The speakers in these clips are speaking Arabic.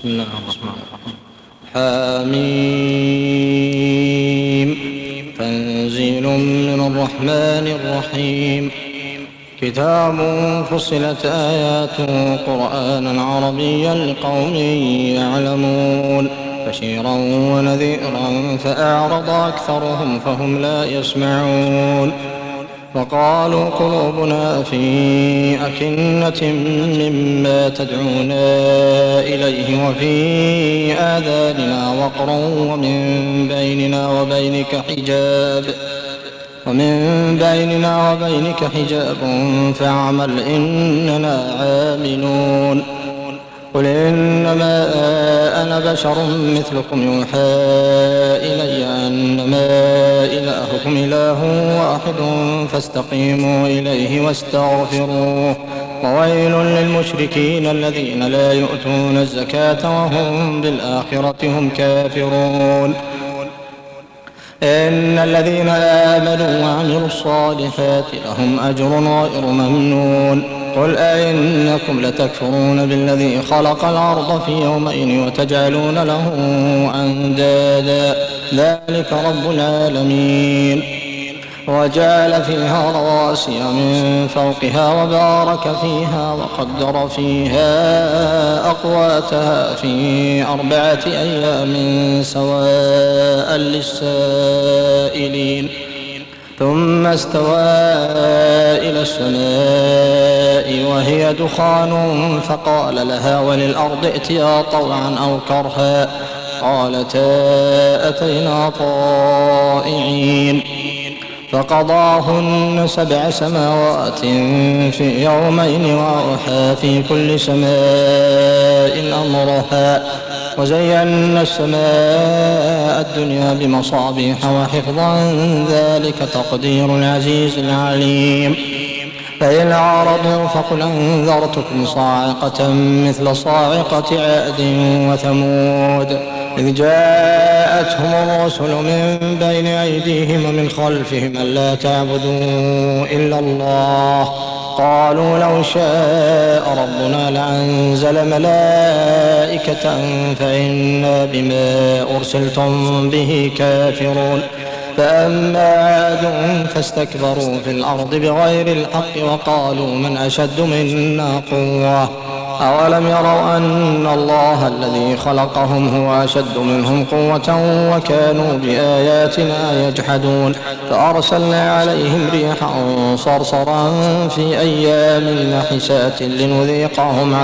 بسم الله الرحمن الرحيم. حميم. تنزيل من الرحمن الرحيم. كتاب فصلت آياته قرآنا عربيا لقوم يعلمون بشيرا ونذيرا فأعرض أكثرهم فهم لا يسمعون. وقالوا قلوبنا في أكنة مما تدعونا إليه وفي آذاننا وقر ومن بيننا وبينك حجاب فاعمل إننا عاملون. قل إنما أنا بشر مثلكم يوحى إلي أنما إلهكم إله واحد فاستقيموا إليه واستغفروه. وويل للمشركين الذين لا يؤتون الزكاة وهم بالآخرة هم كافرون. إن الذين آمنوا وعملوا الصالحات لهم أجر غير ممنون. قل أئنكم لتكفرون بالذي خلق الأرض في يومين وتجعلون له أندادا ذلك رب العالمين. وجعل فيها رواسي من فوقها وبارك فيها وقدر فيها أقواتها في 4 أيام سواء للسائلين. ثم استوى إلى السماء وهي دخان فقال لها وللأرض ائتيا طوعا أو كرها قالتا أتينا طائعين. فقضاهن 7 سماوات في يومين وأوحى في كل سماء أمرها وزينا السماء الدنيا بمصابيح وحفظا ذلك تقدير العزيز العليم. فإن أعرضوا فقل أنذرتكم صاعقة مثل صاعقة عاد وثمود إذ جاءتهم الرسل من بين أيديهم ومن خلفهم ألا تعبدوا إلا الله قالوا لو شاء ربنا لأنزل ملائكة فإنا بما أرسلتم به كافرون. فأما عاد فاستكبروا في الأرض بغير الحق وقالوا من أشد منا قوة أولم يروا أن الله الذي خلقهم هو أشد منهم قوة وكانوا بآياتنا يجحدون. فأرسلنا عليهم ريحا صرصرا في أيام نحسات لنذيقهم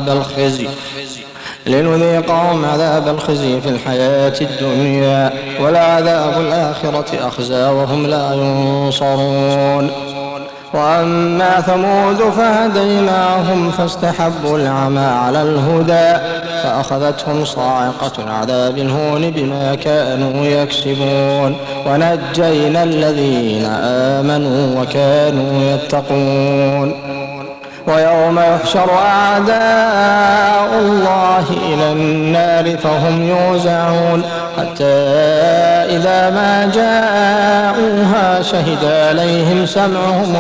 عذاب الخزي في الحياة الدنيا ولعذاب الآخرة أخزى وهم لا ينصرون. وأما ثمود فهديناهم فاستحبوا العمى على الهدى فأخذتهم صاعقة العذاب الهون بما كانوا يكسبون. ونجينا الذين آمنوا وكانوا يتقون. ويوم يحشر أعداء الله إلى النار فهم يوزعون حتى إذا ما جاءوها شهد عليهم سمعهم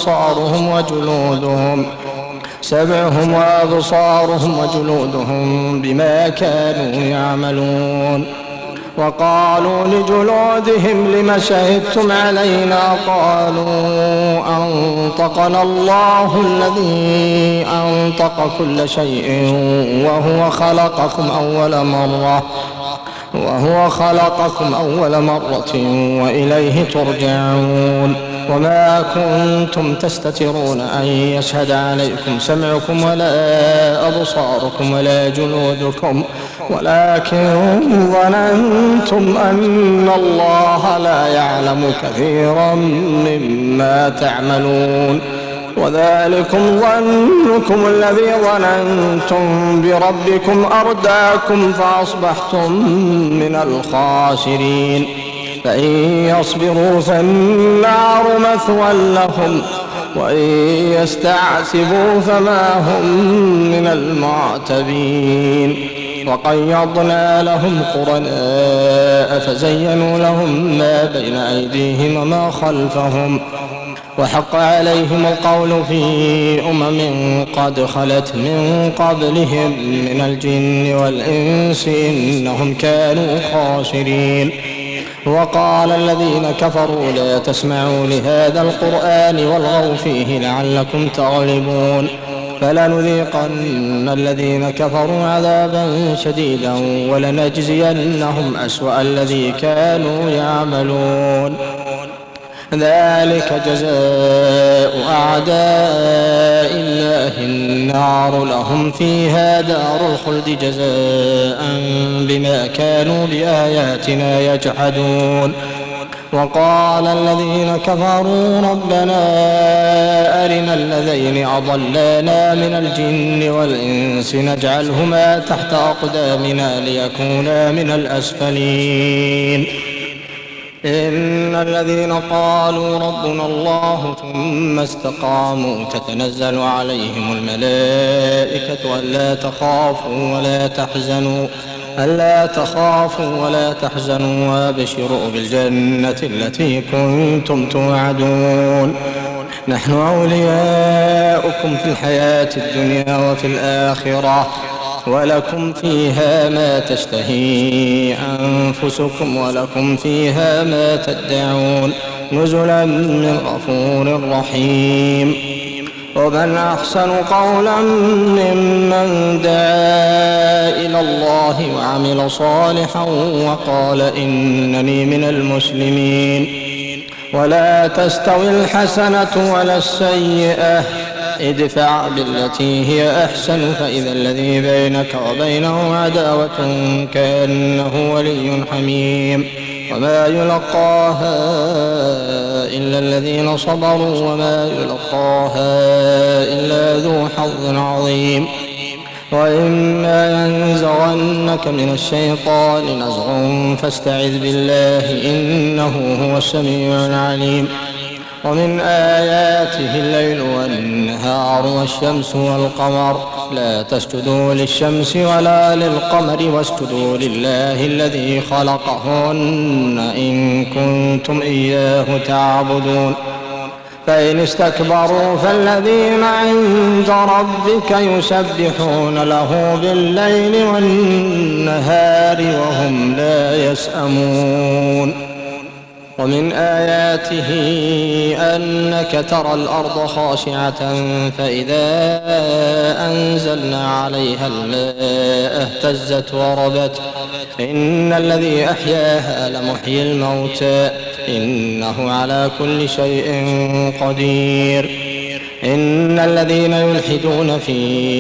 وأبصارهم وجلودهم بما كانوا يعملون. وقالوا لجلودهم لم شهدتم علينا قالوا أنطقنا الله الذي أنطق كل شيء وهو خلقكم أول مرة وإليه ترجعون. وما كنتم تستترون أن يشهد عليكم سمعكم ولا أبصاركم ولا جلودكم ولكن ظننتم أن الله لا يعلم كثيرا مما تعملون. وذلكم ظنكم الذي ظننتم بربكم أرداكم فأصبحتم من الخاسرين. فإن يصبروا فالنار مثوى لهم وإن يستعتبوا فما هم من المعتبين. وقيضنا لهم قرناء فزينوا لهم ما بين أيديهم وما خلفهم وحق عليهم القول في قد خلت من قبلهم من الجن والإنس إنهم كانوا خاسرين. وقال الذين كفروا لا تسمعوا لهذا القرآن والغوا فيه لعلكم تغلبون. فلنذيقن الذين كفروا عذابا شديدا ولنجزينهم أسوأ الذي كانوا يعملون. ذلك جزاء أعداء الله النار لهم فيها دار الخلد جزاء بما كانوا بآياتنا يجحدون. وقال الذين كفروا ربنا أرنا الذين أضلانا من الجن والإنس نجعلهما تحت أقدامنا ليكونا من الأسفلين. إن الذين قالوا ربنا الله ثم استقاموا تتنزل عليهم الملائكة ألا تخافوا ولا تحزنوا وابشروا بالجنة التي كنتم توعدون. نحن أولياؤكم في الحياة الدنيا وفي الآخرة ولكم فيها ما تشتهي أنفسكم ولكم فيها ما تدعون نزلا من غفور رحيم. ومن أحسن قولا ممن دعا إلى الله وعمل صالحا وقال إنني من المسلمين. ولا تستوي الحسنة ولا السيئة ادفع بالتي هي أحسن فإذا الذي بينك وبينه عداوة كأنه ولي حميم. وما يلقاها إلا الذين صبروا وما يلقاها إلا ذو حظ عظيم. وإما ينزغنك من الشيطان نزغ فاستعذ بالله إنه هو السميع العليم. ومن آياته الليل والنهار والشمس والقمر لا تسجدوا للشمس ولا للقمر واسجدوا لله الذي خلقهن إن كنتم إياه تعبدون. فإن استكبروا فالذين عند ربك يسبحون له بالليل والنهار وهم لا يسأمون. ومن آياته أنك ترى الأرض خاشعة فإذا أنزلنا عليها الماء اهتزت وربت إن الذي أحياها لمحيي الموتى إنه على كل شيء قدير. إن الذين يلحدون في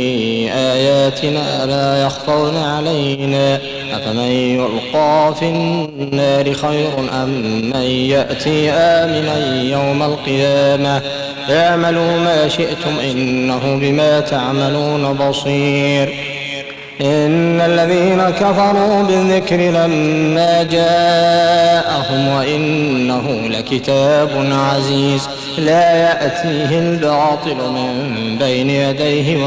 آياتنا لا يخفون علينا أفمن يلقى في النار خير أم من يأتي آمنا يوم القيامة اعملوا ما شئتم إنه بما تعملون بصير. إن الذين كفروا بالذكر لما جاءهم وإنه لكتاب عزيز لا يأتيه الباطل من بين يديه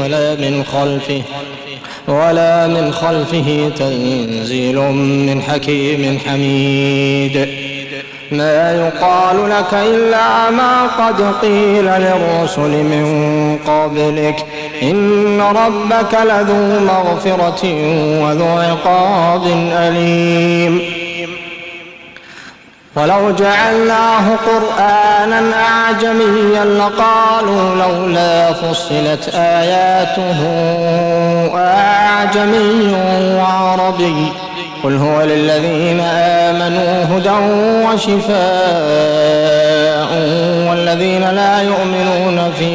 ولا من خلفه تنزيل من حكيم حميد. ما يقال لك إلا ما قد قيل للرسل من قبلك إن ربك لذو مغفرة وذو عقاب أليم. ولو جعلناه قرآنا أعجميا لقالوا لولا فصلت آياته أعجمي وعربي قل هو للذين آمنوا هدى وشفاء والذين لا يؤمنون في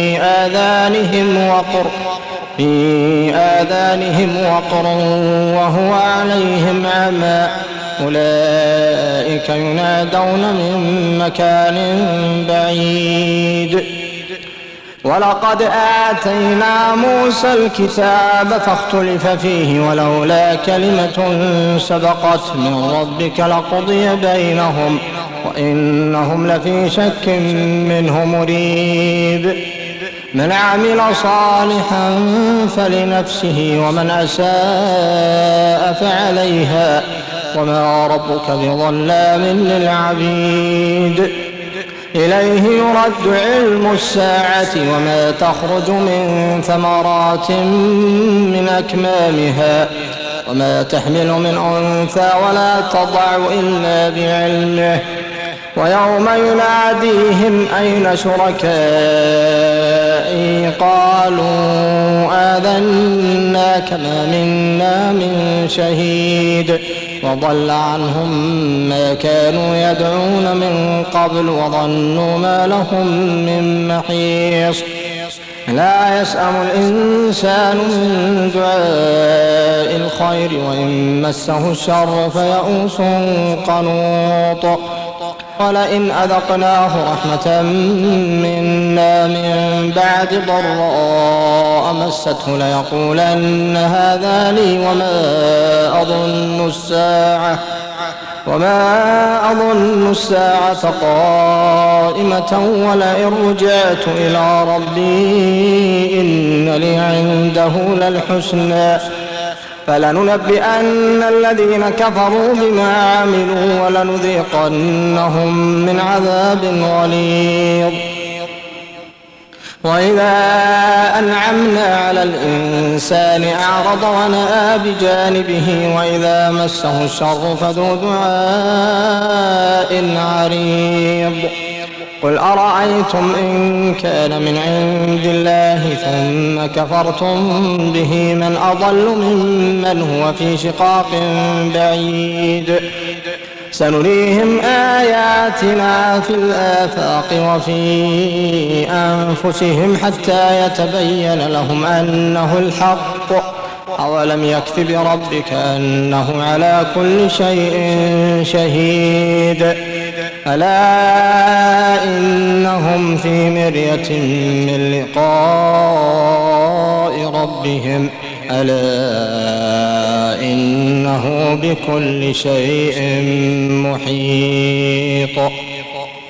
آذانهم وقر وهو عليهم عمى أولئك ينادون من مكان بعيد. ولقد آتينا موسى الكتاب فاختلف فيه ولولا كلمة سبقت من ربك لقضي بينهم وإنهم لفي شك منه مريب. من عمل صالحا فلنفسه ومن أساء فعليها وما ربك بظلام للعبيد. إليه يرد علم الساعة وما تخرج من ثمرات من أكمامها وما تحمل من أنثى ولا تضع إلا بعلمه ويوم يناديهم أين شركائي قالوا آذناك ما منا من شهيد وضل عنهم ما كانوا يدعون من قبل وظنوا ما لهم من محيص لا يسأم الإنسان من دعاء الخير وإن مسه الشر فيئوس قنوط ولئن أذقناه رحمة منا من بعد ضراء مسته ليقولن هذا لي وما أظن الساعة قائمة ولئن رجعت إلى ربي إن لي عنده للحسنى فلننبئن الذين كفروا بما عملوا ولنذيقنهم من عذاب غليظ وإذا أنعمنا على الإنسان أعرض ونأى بجانبه وإذا مسه الشر فذو دعاء عريض قل أرأيتم إن كان من عند الله ثم كفرتم به من أضل ممن هو في شقاق بعيد سنريهم آياتنا في الآفاق وفي أنفسهم حتى يتبين لهم أنه الحق أولم يكف بربك أنه على كل شيء شهيد ألا إنهم في مرية من لقاء ربهم ألا إنه بكل شيء محيط